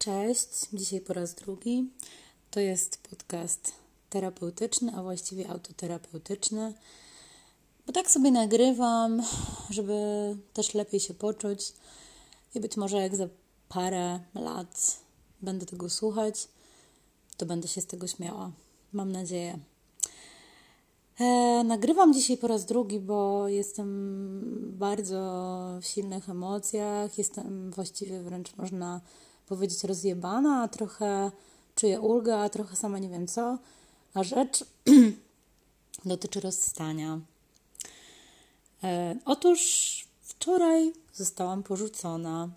Cześć, dzisiaj po raz drugi. To jest podcast terapeutyczny, a właściwie autoterapeutyczny, bo tak sobie nagrywam, żeby też lepiej się poczuć i być może jak za parę lat będę tego słuchać, to będę się z tego śmiała. Mam nadzieję. Nagrywam dzisiaj po raz drugi, bo jestem bardzo w silnych emocjach. Jestem właściwie wręcz można powiedzieć rozjebana, a trochę czuję ulgę, a trochę sama nie wiem co. A rzecz dotyczy rozstania. Otóż wczoraj zostałam porzucona.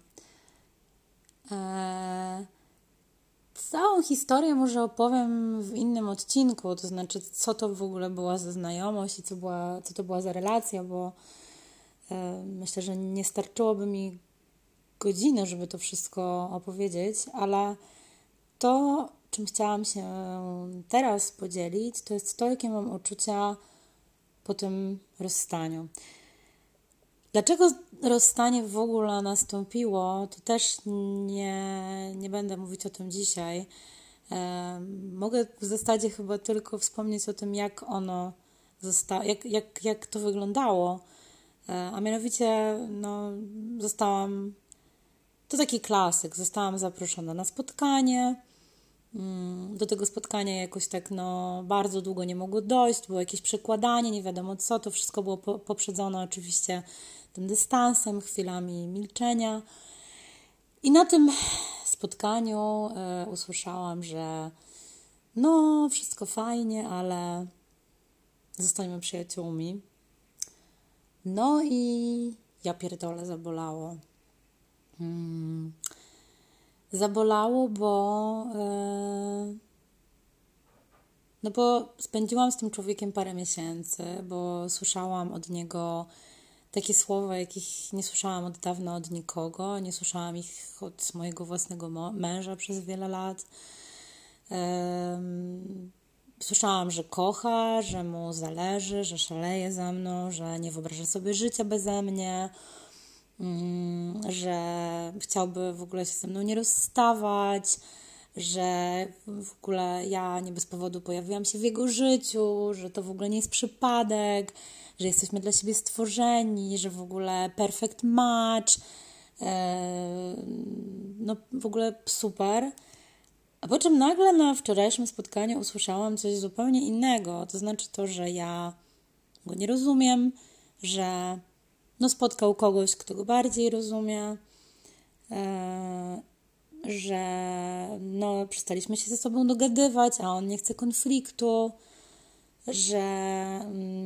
Całą historię może opowiem w innym odcinku, to znaczy co to w ogóle była za znajomość i co to była za relacja, bo myślę, że nie starczyłoby mi godziny, żeby to wszystko opowiedzieć, ale to, czym chciałam się teraz podzielić, to jest to, jakie mam uczucia po tym rozstaniu. Dlaczego rozstanie w ogóle nastąpiło, to też nie będę mówić o tym dzisiaj. Mogę w zasadzie chyba tylko wspomnieć o tym, jak ono zostało, jak to wyglądało. A mianowicie to taki klasyk, zostałam zaproszona na spotkanie. Do tego spotkania jakoś tak bardzo długo nie mogło dojść, było jakieś przekładanie, nie wiadomo co, to wszystko było poprzedzone oczywiście tym dystansem, chwilami milczenia. I na tym spotkaniu usłyszałam, że wszystko fajnie, ale zostańmy przyjaciółmi. No i ja pierdolę, zabolało. Zabolało, bo spędziłam z tym człowiekiem parę miesięcy, bo słyszałam od niego takie słowa, jakich nie słyszałam od dawna od nikogo. Nie słyszałam ich od mojego własnego męża przez wiele lat. Słyszałam, że kocha, że mu zależy, że szaleje za mną, że nie wyobraża sobie życia beze mnie, że chciałby w ogóle się ze mną nie rozstawać, że w ogóle ja nie bez powodu pojawiłam się w jego życiu, że to w ogóle nie jest przypadek, że jesteśmy dla siebie stworzeni, że w ogóle perfect match, w ogóle super. A po czym nagle na wczorajszym spotkaniu usłyszałam coś zupełnie innego, to znaczy to, że ja go nie rozumiem, że spotkał kogoś, kto go bardziej rozumie, że przestaliśmy się ze sobą dogadywać, a on nie chce konfliktu, że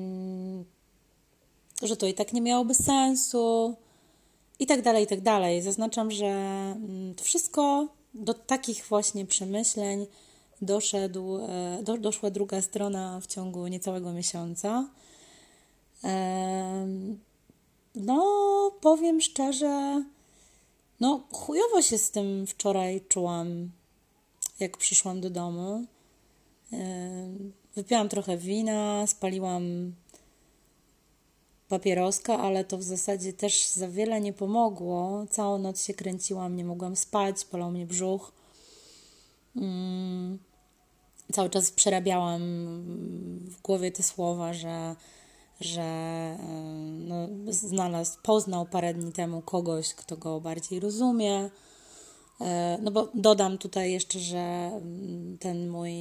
to i tak nie miałoby sensu i tak dalej, i tak dalej. Zaznaczam, że to wszystko do takich właśnie przemyśleń doszła druga strona w ciągu niecałego miesiąca. Powiem szczerze, chujowo się z tym wczoraj czułam, jak przyszłam do domu. Wypiłam trochę wina, spaliłam papieroska, ale to w zasadzie też za wiele nie pomogło. Całą noc się kręciłam, nie mogłam spać, bolał mnie brzuch. Cały czas przerabiałam w głowie te słowa, że poznał parę dni temu kogoś, kto go bardziej rozumie. Bo dodam tutaj jeszcze, że ten mój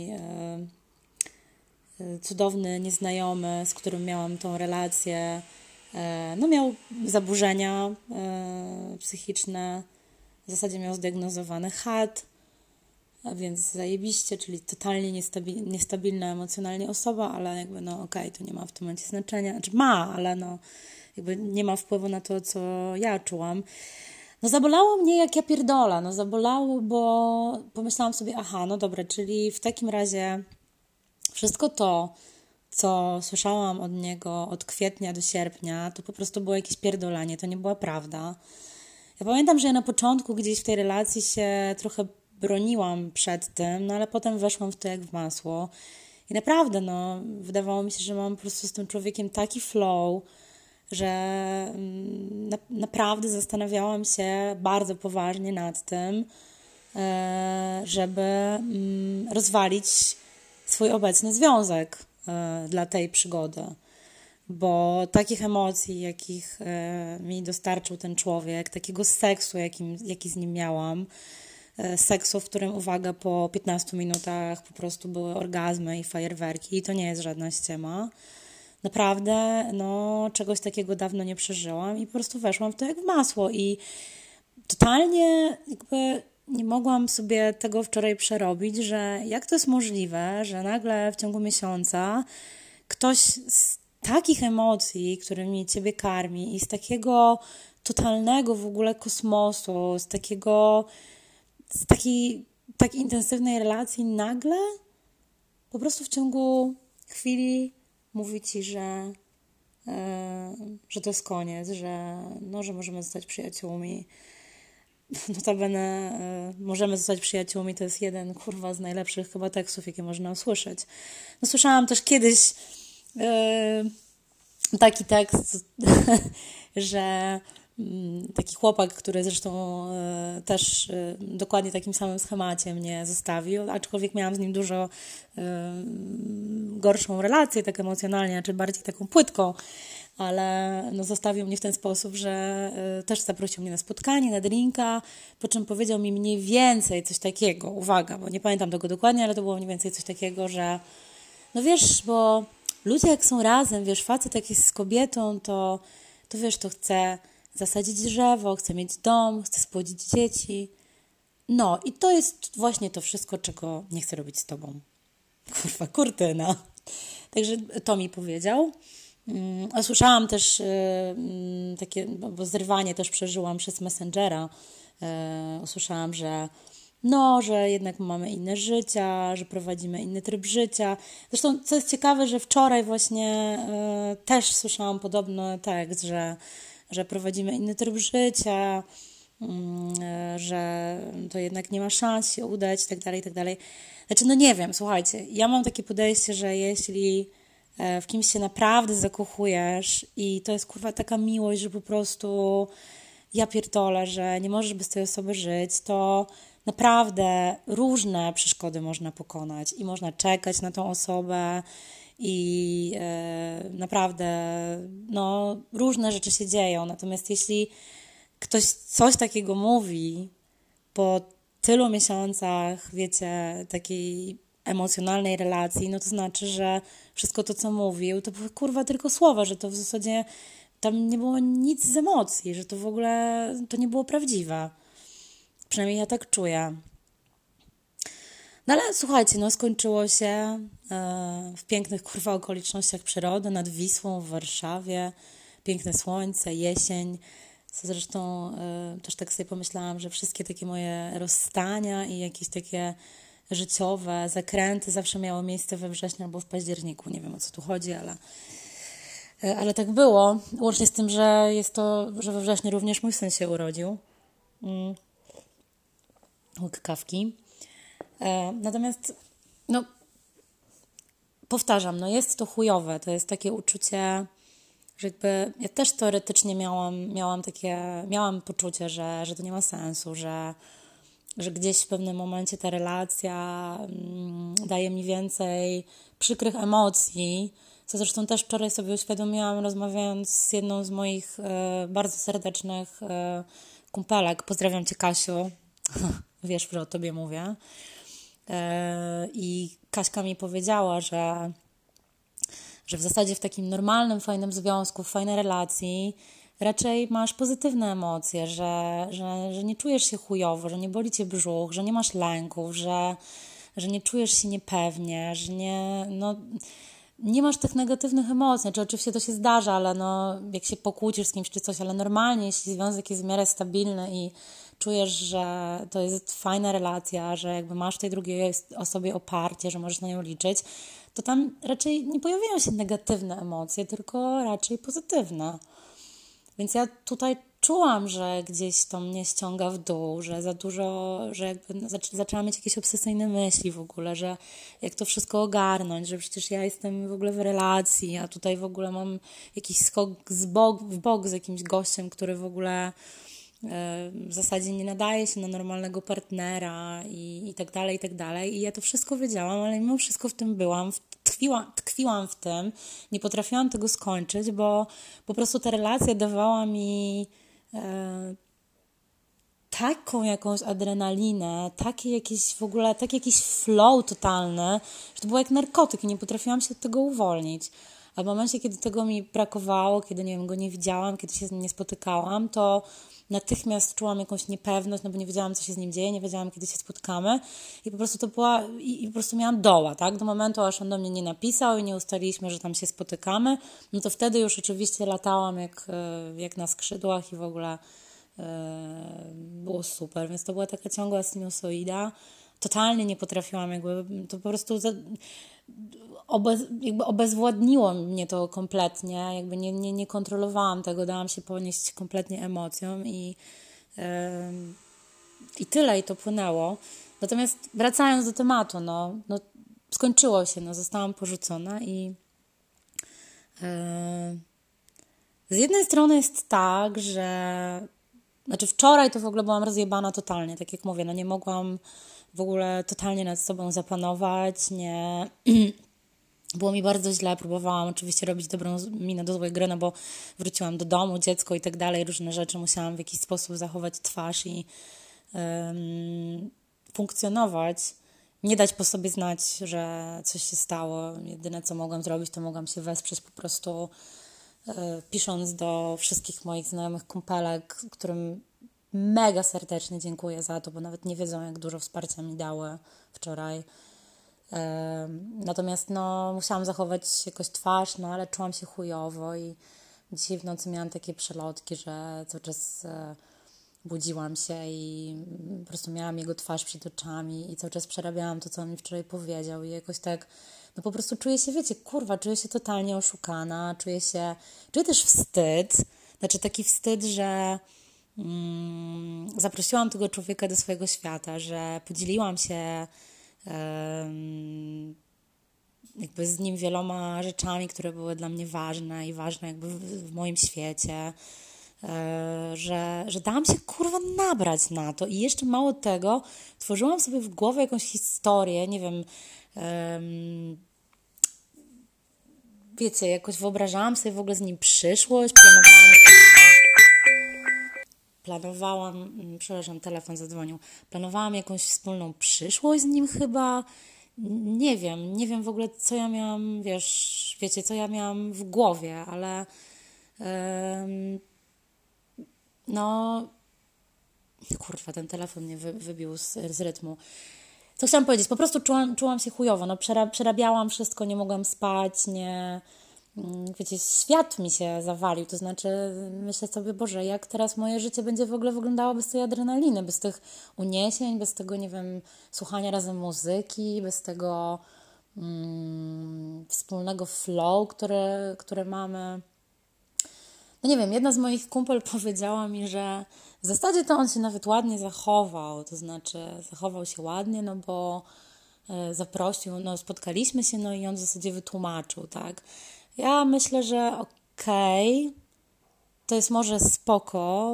cudowny nieznajomy, z którym miałam tą relację, miał zaburzenia psychiczne. W zasadzie miał zdiagnozowany HAD, a więc zajebiście, czyli totalnie niestabilna emocjonalnie osoba, ale to nie ma w tym momencie znaczenia. Znaczy ma, ale nie ma wpływu na to, co ja czułam. Zabolało mnie jak ja pierdolę. Zabolało, bo pomyślałam sobie, dobra, czyli w takim razie wszystko to, co słyszałam od niego od kwietnia do sierpnia, to po prostu było jakieś pierdolenie, to nie była prawda. Ja pamiętam, że ja na początku gdzieś w tej relacji się trochę broniłam przed tym, ale potem weszłam w to jak w masło i naprawdę, wydawało mi się, że mam po prostu z tym człowiekiem taki flow, że naprawdę zastanawiałam się bardzo poważnie nad tym, żeby rozwalić swój obecny związek dla tej przygody. Bo takich emocji, jakich mi dostarczył ten człowiek, takiego seksu, jaki z nim miałam, seksu, w którym, uwaga, po 15 minutach po prostu były orgazmy i fajerwerki, i to nie jest żadna ściema. Naprawdę, czegoś takiego dawno nie przeżyłam i po prostu weszłam w to jak w masło i totalnie jakby nie mogłam sobie tego wczoraj przerobić, że jak to jest możliwe, że nagle w ciągu miesiąca ktoś z takich emocji, którymi ciebie karmi i z takiego totalnego w ogóle kosmosu, z takiej intensywnej relacji nagle po prostu w ciągu chwili mówi ci, że to jest koniec, że możemy zostać przyjaciółmi. Notabene możemy zostać przyjaciółmi, to jest jeden, z najlepszych chyba tekstów, jakie można usłyszeć. Słyszałam też kiedyś taki tekst, że taki chłopak, który zresztą też dokładnie takim samym schemacie mnie zostawił, aczkolwiek miałam z nim dużo gorszą relację tak emocjonalnie, czy bardziej taką płytką, ale zostawił mnie w ten sposób, że też zaprosił mnie na spotkanie, na drinka, po czym powiedział mi mniej więcej coś takiego, uwaga, bo nie pamiętam tego dokładnie, ale to było mniej więcej coś takiego, że wiesz, bo ludzie jak są razem, wiesz, facet jak jest z kobietą, to wiesz, to chce zasadzić drzewo, chce mieć dom, chce spłodzić dzieci. I to jest właśnie to wszystko, czego nie chcę robić z tobą. Kurtyna. Także to mi powiedział. A słyszałam też takie, bo zrywanie też przeżyłam przez Messengera. Usłyszałam, że jednak mamy inne życia, że prowadzimy inny tryb życia. Zresztą, co jest ciekawe, że wczoraj właśnie też słyszałam podobny tekst, że prowadzimy inny tryb życia, że to jednak nie ma szans się udać, i tak dalej, i tak dalej. Znaczy, nie wiem, słuchajcie, ja mam takie podejście, że jeśli w kimś się naprawdę zakochujesz i to jest taka miłość, że po prostu ja pierdolę, że nie możesz bez tej osoby żyć, to naprawdę różne przeszkody można pokonać i można czekać na tą osobę i naprawdę różne rzeczy się dzieją. Natomiast jeśli ktoś coś takiego mówi po tylu miesiącach, wiecie, takiej emocjonalnej relacji, to znaczy, że wszystko to, co mówił, to były tylko słowa, że to w zasadzie tam nie było nic z emocji, że to w ogóle to nie było prawdziwe. Przynajmniej ja tak czuję. Ale słuchajcie, skończyło się w pięknych okolicznościach przyrody, nad Wisłą w Warszawie, piękne słońce, jesień. Co zresztą też tak sobie pomyślałam, że wszystkie takie moje rozstania i jakieś takie życiowe zakręty zawsze miało miejsce we wrześniu albo w październiku. Nie wiem, o co tu chodzi, ale tak było. Łącznie z tym, że że we wrześniu również mój syn się urodził. Łyk kawki. Natomiast powtarzam, jest to chujowe. To jest takie uczucie, że jakby ja też teoretycznie miałam poczucie, że to nie ma sensu, że gdzieś w pewnym momencie ta relacja daje mi więcej przykrych emocji, co zresztą też wczoraj sobie uświadomiłam, rozmawiając z jedną z moich bardzo serdecznych kumpelek. Pozdrawiam Cię, Kasiu. Wiesz, że o Tobie mówię. I Kaśka mi powiedziała, że w zasadzie w takim normalnym, fajnym związku, w fajnej relacji raczej masz pozytywne emocje, że nie czujesz się chujowo, że nie boli Cię brzuch, że nie masz lęków, że nie czujesz się niepewnie, że nie masz tych negatywnych emocji. Znaczy, oczywiście to się zdarza, ale jak się pokłócisz z kimś czy coś, ale normalnie, jeśli związek jest w miarę stabilny i czujesz, że to jest fajna relacja, że jakby masz tej drugiej osobie oparcie, że możesz na nią liczyć, to tam raczej nie pojawiają się negatywne emocje, tylko raczej pozytywne. Więc ja tutaj czułam, że gdzieś to mnie ściąga w dół, że za dużo, że jakby zaczęłam mieć jakieś obsesyjne myśli w ogóle, że jak to wszystko ogarnąć, że przecież ja jestem w ogóle w relacji, a tutaj w ogóle mam jakiś skok w bok z jakimś gościem, który w ogóle w zasadzie nie nadaje się na normalnego partnera i tak dalej, i tak dalej. I ja to wszystko wiedziałam, ale mimo wszystko w tym byłam, tkwiłam w tym, nie potrafiłam tego skończyć, bo po prostu ta relacja dawała mi taką jakąś adrenalinę, takie jakieś w ogóle, taki jakiś flow totalny, że to było jak narkotyk i nie potrafiłam się od tego uwolnić. A w momencie, kiedy tego mi brakowało, kiedy nie wiem, go nie widziałam, kiedy się z nim nie spotykałam, to natychmiast czułam jakąś niepewność, no bo nie wiedziałam, co się z nim dzieje, nie wiedziałam, kiedy się spotkamy i po prostu to była, i po prostu miałam doła, tak? Do momentu, aż on do mnie nie napisał i nie ustaliliśmy, że tam się spotykamy, no to wtedy już oczywiście latałam jak na skrzydłach i w ogóle było super, więc to była taka ciągła sinusoida. Totalnie nie potrafiłam, jakby to po prostu jakby obezwładniło mnie to kompletnie, jakby nie kontrolowałam tego, dałam się ponieść kompletnie emocjom i tyle, i to płynęło. Natomiast wracając do tematu, no skończyło się, zostałam porzucona i z jednej strony jest tak, że znaczy wczoraj to w ogóle byłam rozjebana totalnie, tak jak mówię, nie mogłam w ogóle totalnie nad sobą zapanować, nie... Było mi bardzo źle, próbowałam oczywiście robić dobrą minę do złej gry, bo wróciłam do domu, dziecko i tak dalej, różne rzeczy, musiałam w jakiś sposób zachować twarz i funkcjonować, nie dać po sobie znać, że coś się stało. Jedyne, co mogłam zrobić, to mogłam się wesprzeć po prostu pisząc do wszystkich moich znajomych kumpelek, którym mega serdecznie dziękuję za to, bo nawet nie wiedzą, jak dużo wsparcia mi dały wczoraj. Natomiast musiałam zachować jakoś twarz, ale czułam się chujowo i dzisiaj w nocy miałam takie przelotki, że cały czas budziłam się i po prostu miałam jego twarz przed oczami i cały czas przerabiałam to, co on mi wczoraj powiedział i jakoś tak, po prostu czuję się, wiecie, czuję się totalnie oszukana, czuję też wstyd, znaczy taki wstyd, że zaprosiłam tego człowieka do swojego świata, że podzieliłam się jakby z nim wieloma rzeczami, które były dla mnie ważne i ważne jakby w moim świecie, że dałam się nabrać na to i jeszcze mało tego, tworzyłam sobie w głowie jakąś historię, nie wiem, wiecie, jakoś wyobrażałam sobie w ogóle z nim przyszłość, przepraszam, telefon zadzwonił, planowałam jakąś wspólną przyszłość z nim chyba, nie wiem w ogóle, co ja miałam, wiecie, co ja miałam w głowie, ale ten telefon mnie wybił z rytmu. Co chciałam powiedzieć? Po prostu czułam się chujowo, przerabiałam wszystko, nie mogłam spać, wiecie, świat mi się zawalił, to znaczy myślę sobie, Boże, jak teraz moje życie będzie w ogóle wyglądało bez tej adrenaliny, bez tych uniesień, bez tego, nie wiem, słuchania razem muzyki, bez tego wspólnego flow, które mamy. Nie wiem, jedna z moich kumpel powiedziała mi, że w zasadzie to on się nawet ładnie zachował, to znaczy zachował się ładnie, bo zaprosił, spotkaliśmy się, i on w zasadzie wytłumaczył, tak. Ja myślę, że okej, to jest może spoko,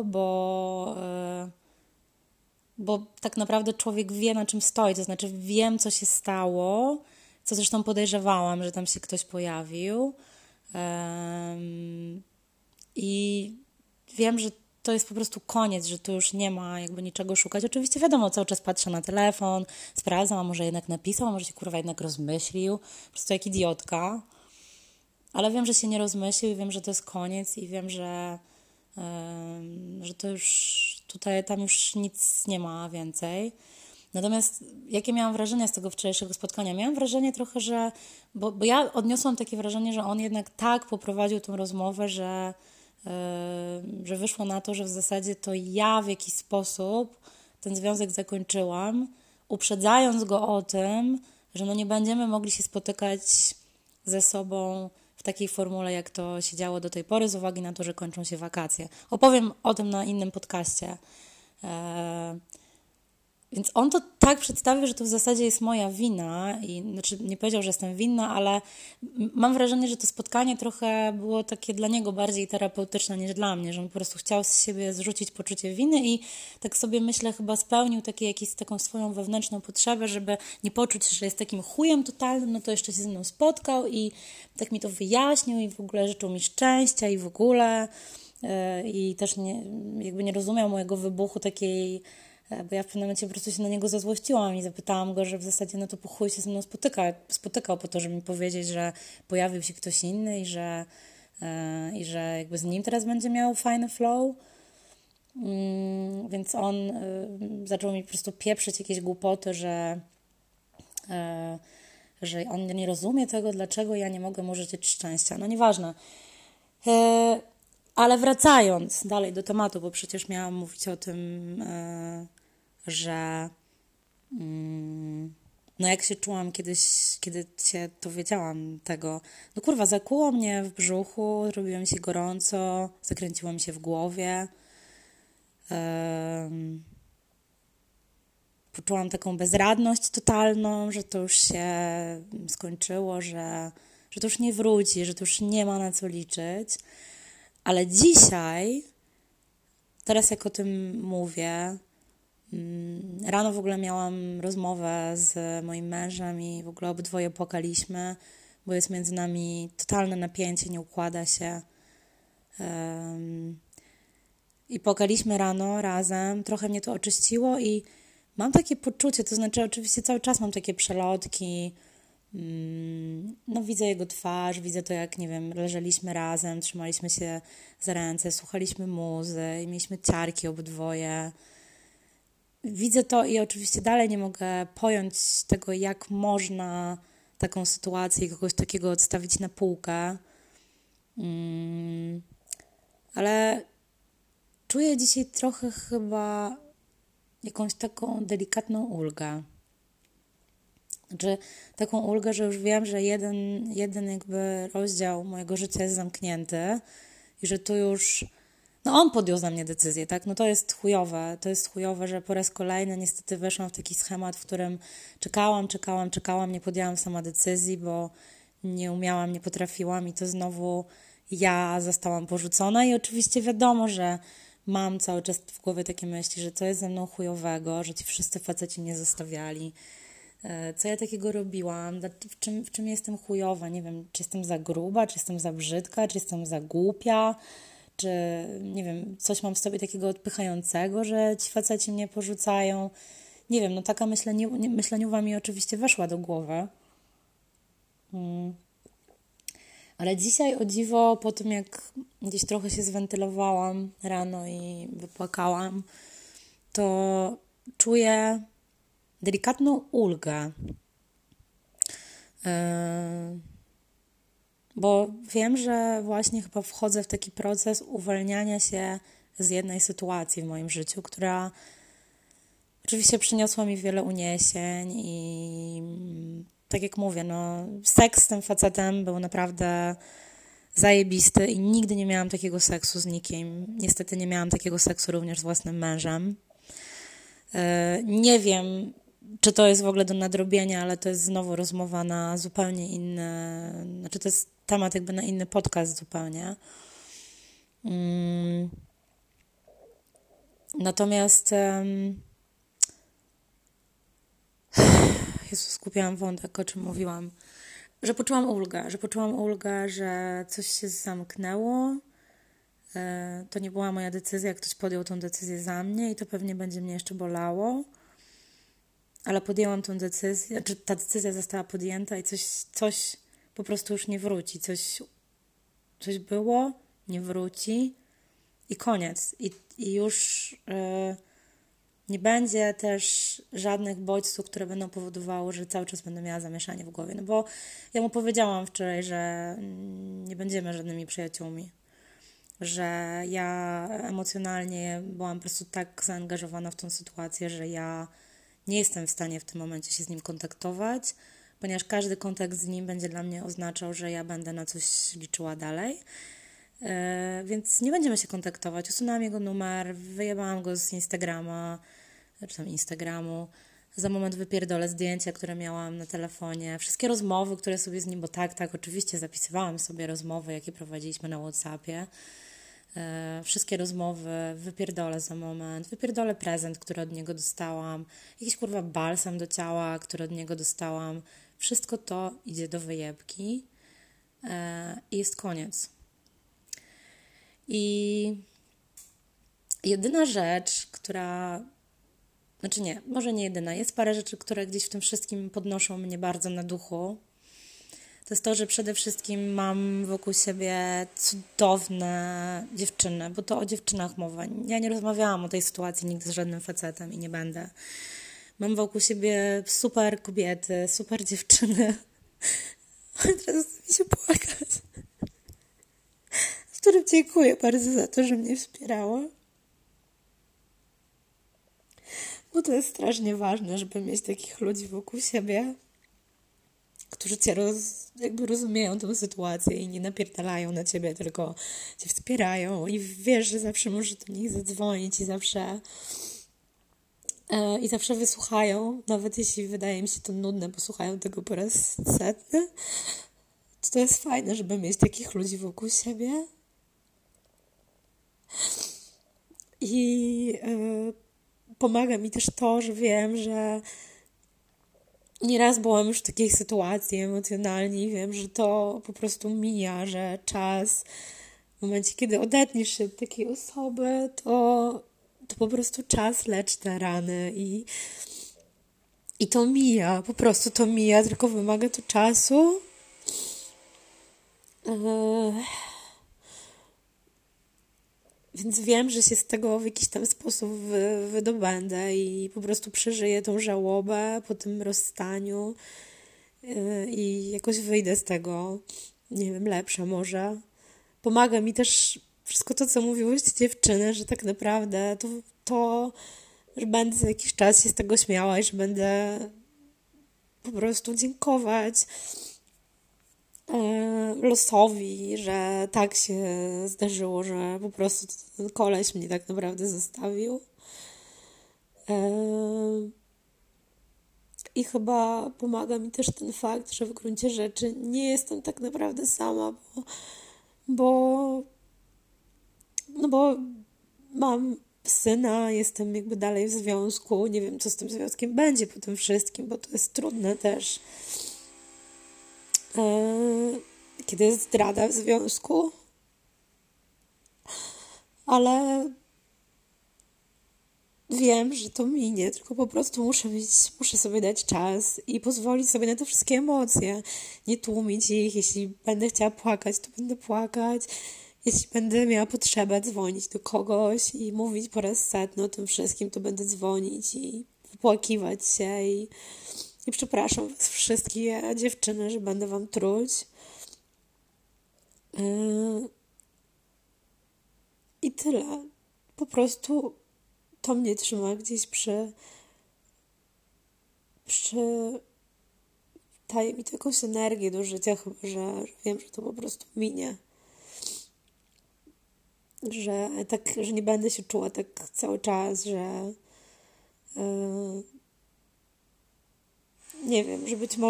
bo tak naprawdę człowiek wie, na czym stoi, to znaczy wiem, co się stało, co zresztą podejrzewałam, że tam się ktoś pojawił i wiem, że to jest po prostu koniec, że tu już nie ma jakby niczego szukać. Oczywiście wiadomo, cały czas patrzę na telefon, sprawdzam, a może jednak napisał, a może się jednak rozmyślił, po prostu jak idiotka. Ale wiem, że się nie rozmyślił i wiem, że to jest koniec i wiem, że to już tam już nic nie ma więcej. Natomiast jakie miałam wrażenie z tego wczorajszego spotkania? Miałam wrażenie trochę, że... Bo ja odniosłam takie wrażenie, że on jednak tak poprowadził tą rozmowę, że wyszło na to, że w zasadzie to ja w jakiś sposób ten związek zakończyłam, uprzedzając go o tym, że nie będziemy mogli się spotykać ze sobą w takiej formule, jak to się działo do tej pory, z uwagi na to, że kończą się wakacje. Opowiem o tym na innym podcaście. Więc on to tak przedstawił, że to w zasadzie jest moja wina i znaczy nie powiedział, że jestem winna, ale mam wrażenie, że to spotkanie trochę było takie dla niego bardziej terapeutyczne niż dla mnie, że on po prostu chciał z siebie zrzucić poczucie winy i tak sobie myślę chyba spełnił taką swoją wewnętrzną potrzebę, żeby nie poczuć, że jest takim chujem totalnym, no to jeszcze się ze mną spotkał i tak mi to wyjaśnił i w ogóle życzył mi szczęścia i w ogóle i też nie rozumiał mojego wybuchu takiej, bo ja w pewnym momencie po prostu się na niego zazłościłam i zapytałam go, że w zasadzie no to po chuj się ze mną spotykał po to, żeby mi powiedzieć, że pojawił się ktoś inny i że jakby z nim teraz będzie miał fajny flow. Więc on zaczął mi po prostu pieprzyć jakieś głupoty, że on nie rozumie tego, dlaczego ja nie mogę mu życzyć szczęścia. No nieważne. Ale wracając dalej do tematu, bo przecież miałam mówić o tym, że no jak się czułam kiedyś, kiedy się dowiedziałam tego, no kurwa, zakuło mnie w brzuchu, zrobiło mi się gorąco, zakręciło mi się w głowie. Poczułam taką bezradność totalną, że to już się skończyło, że to już nie wróci, że to już nie ma na co liczyć. Ale dzisiaj, teraz jak o tym mówię, rano w ogóle miałam rozmowę z moim mężem i w ogóle obydwoje płakaliśmy, bo jest między nami totalne napięcie, nie układa się. I płakaliśmy rano razem, trochę mnie to oczyściło i mam takie poczucie, to znaczy oczywiście cały czas mam takie przelotki, no widzę jego twarz, widzę to jak, nie wiem, leżeliśmy razem, trzymaliśmy się za ręce, słuchaliśmy muzy i mieliśmy ciarki obydwoje. Widzę to i oczywiście dalej nie mogę pojąć tego, jak można taką sytuację, kogoś takiego odstawić na półkę. Ale czuję dzisiaj trochę chyba jakąś taką delikatną ulgę. Znaczy taką ulgę, że już wiem, że jeden jakby rozdział mojego życia jest zamknięty i że tu już, no on podjął za mnie decyzję, tak? No to jest chujowe, że po raz kolejny niestety weszłam w taki schemat, w którym czekałam, nie podjęłam sama decyzji, bo nie umiałam, nie potrafiłam i to znowu ja zostałam porzucona i oczywiście wiadomo, że mam cały czas w głowie takie myśli, że co jest ze mną chujowego, że ci wszyscy faceci mnie zostawiali. Co ja takiego robiłam, w czym jestem chujowa, nie wiem, czy jestem za gruba, czy jestem za brzydka, czy jestem za głupia, czy nie wiem, coś mam w sobie takiego odpychającego, że ci faceci mnie porzucają. Nie wiem, no taka myśleniuwa mi oczywiście weszła do głowy. Ale dzisiaj o dziwo, po tym jak gdzieś trochę się zwentylowałam rano i wypłakałam, to czuję delikatną ulgę. Bo wiem, że właśnie chyba wchodzę w taki proces uwalniania się z jednej sytuacji w moim życiu, która oczywiście przyniosła mi wiele uniesień i tak jak mówię, no seks z tym facetem był naprawdę zajebisty i nigdy nie miałam takiego seksu z nikim. Niestety nie miałam takiego seksu również z własnym mężem. Nie wiem, czy to jest w ogóle do nadrobienia, ale to jest znowu rozmowa na zupełnie inny, znaczy to jest temat jakby na inny podcast zupełnie. Natomiast Jezus, skupiałam wątek, o czym mówiłam. Że poczułam ulgę, że coś się zamknęło. To nie była moja decyzja, ktoś podjął tą decyzję za mnie i to pewnie będzie mnie jeszcze bolało. Ale podjęłam tą decyzję, czy ta decyzja została podjęta i coś po prostu już nie wróci. Coś było, nie wróci i koniec. I już nie będzie też żadnych bodźców, które będą powodowały, że cały czas będę miała zamieszanie w głowie. No bo ja mu powiedziałam wczoraj, że nie będziemy żadnymi przyjaciółmi. Że ja emocjonalnie byłam po prostu tak zaangażowana w tą sytuację, że ja nie jestem w stanie w tym momencie się z nim kontaktować, ponieważ każdy kontakt z nim będzie dla mnie oznaczał, że ja będę na coś liczyła dalej. Więc nie będziemy się kontaktować. Usunęłam jego numer, wyjebałam go z Instagrama, czy tam Instagramu. Za moment wypierdolę zdjęcia, które miałam na telefonie. Wszystkie rozmowy, które sobie z nim, bo tak, oczywiście zapisywałam sobie rozmowy, jakie prowadziliśmy na WhatsAppie. Wszystkie rozmowy wypierdolę za moment. Wypierdolę prezent, który od niego dostałam. Jakiś balsam do ciała, który od niego dostałam. Wszystko to idzie do wyjebki i jest koniec. I jedyna rzecz, która... Znaczy nie, może nie jedyna. Jest parę rzeczy, które gdzieś w tym wszystkim podnoszą mnie bardzo na duchu. To jest to, że przede wszystkim mam wokół siebie cudowne dziewczyny, bo to o dziewczynach mowa. Ja nie rozmawiałam o tej sytuacji nigdy z żadnym facetem i nie będę. Mam wokół siebie super kobiety, super dziewczyny. Teraz chce mi się płakać. W którym dziękuję bardzo za to, że mnie wspierała. Bo to jest strasznie ważne, żeby mieć takich ludzi wokół siebie, którzy cię rozumieją tę sytuację i nie napierdalają na ciebie, tylko cię wspierają i wiesz, że zawsze możesz do nich zadzwonić i zawsze wysłuchają, nawet jeśli wydaje mi się to nudne, bo słuchają tego po raz setny, to jest fajne, żeby mieć takich ludzi wokół siebie. I pomaga mi też to, że wiem, że nieraz byłam już w takiej sytuacji emocjonalnie i wiem, że to po prostu mija, że czas, w momencie, kiedy odetniesz się od takiej osoby, to po prostu czas leczy te rany i to mija, po prostu to mija, tylko wymaga to czasu. Więc wiem, że się z tego w jakiś tam sposób wydobędę i po prostu przeżyję tą żałobę po tym rozstaniu i jakoś wyjdę z tego, nie wiem, lepsza może. Pomaga mi też wszystko to, co mówiłyście dziewczyny, że tak naprawdę to że będę za jakiś czas się z tego śmiała i że będę po prostu dziękować losowi, że tak się zdarzyło, że po prostu ten koleś mnie tak naprawdę zostawił. I chyba pomaga mi też ten fakt, że w gruncie rzeczy nie jestem tak naprawdę sama, bo mam syna, jestem jakby dalej w związku, nie wiem, co z tym związkiem będzie po tym wszystkim, bo to jest trudne też. Kiedy jest zdrada w związku, ale wiem, że to minie, tylko po prostu muszę sobie dać czas i pozwolić sobie na te wszystkie emocje, nie tłumić ich. Jeśli będę chciała płakać, to będę płakać. Jeśli będę miała potrzebę dzwonić do kogoś i mówić po raz setny o tym wszystkim, to będę dzwonić i wypłakiwać się i przepraszam was wszystkie dziewczyny, że będę wam truć. I tyle. Po prostu to mnie trzyma gdzieś daje mi jakąś energię do życia, chyba że wiem, że to po prostu minie. Że nie będę się czuła tak cały czas, że nie wiem, że być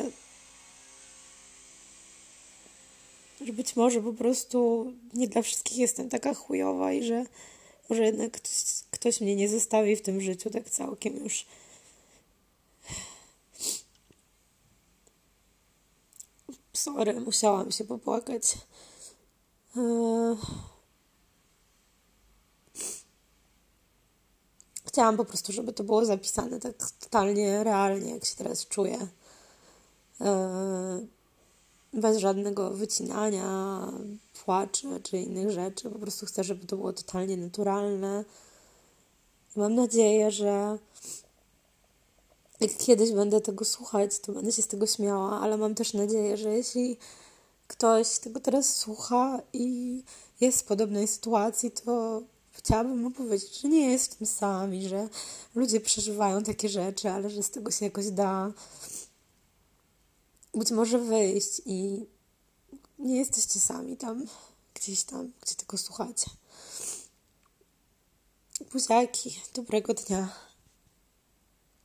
może po prostu nie dla wszystkich jestem taka chujowa i że może jednak ktoś mnie nie zostawi w tym życiu tak całkiem już. Sorry, musiałam się popłakać. Chciałam po prostu, żeby to było zapisane tak totalnie realnie, jak się teraz czuję. Bez żadnego wycinania, płaczy czy innych rzeczy. Po prostu chcę, żeby to było totalnie naturalne. Mam nadzieję, że jak kiedyś będę tego słuchać, to będę się z tego śmiała, ale mam też nadzieję, że jeśli ktoś tego teraz słucha i jest w podobnej sytuacji, to chciałabym mu powiedzieć, że nie jest w tym sam i że ludzie przeżywają takie rzeczy, ale że z tego się jakoś da być może wyjść i nie jesteście sami gdzieś tam, gdzie tego słuchacie. Buziaki, dobrego dnia.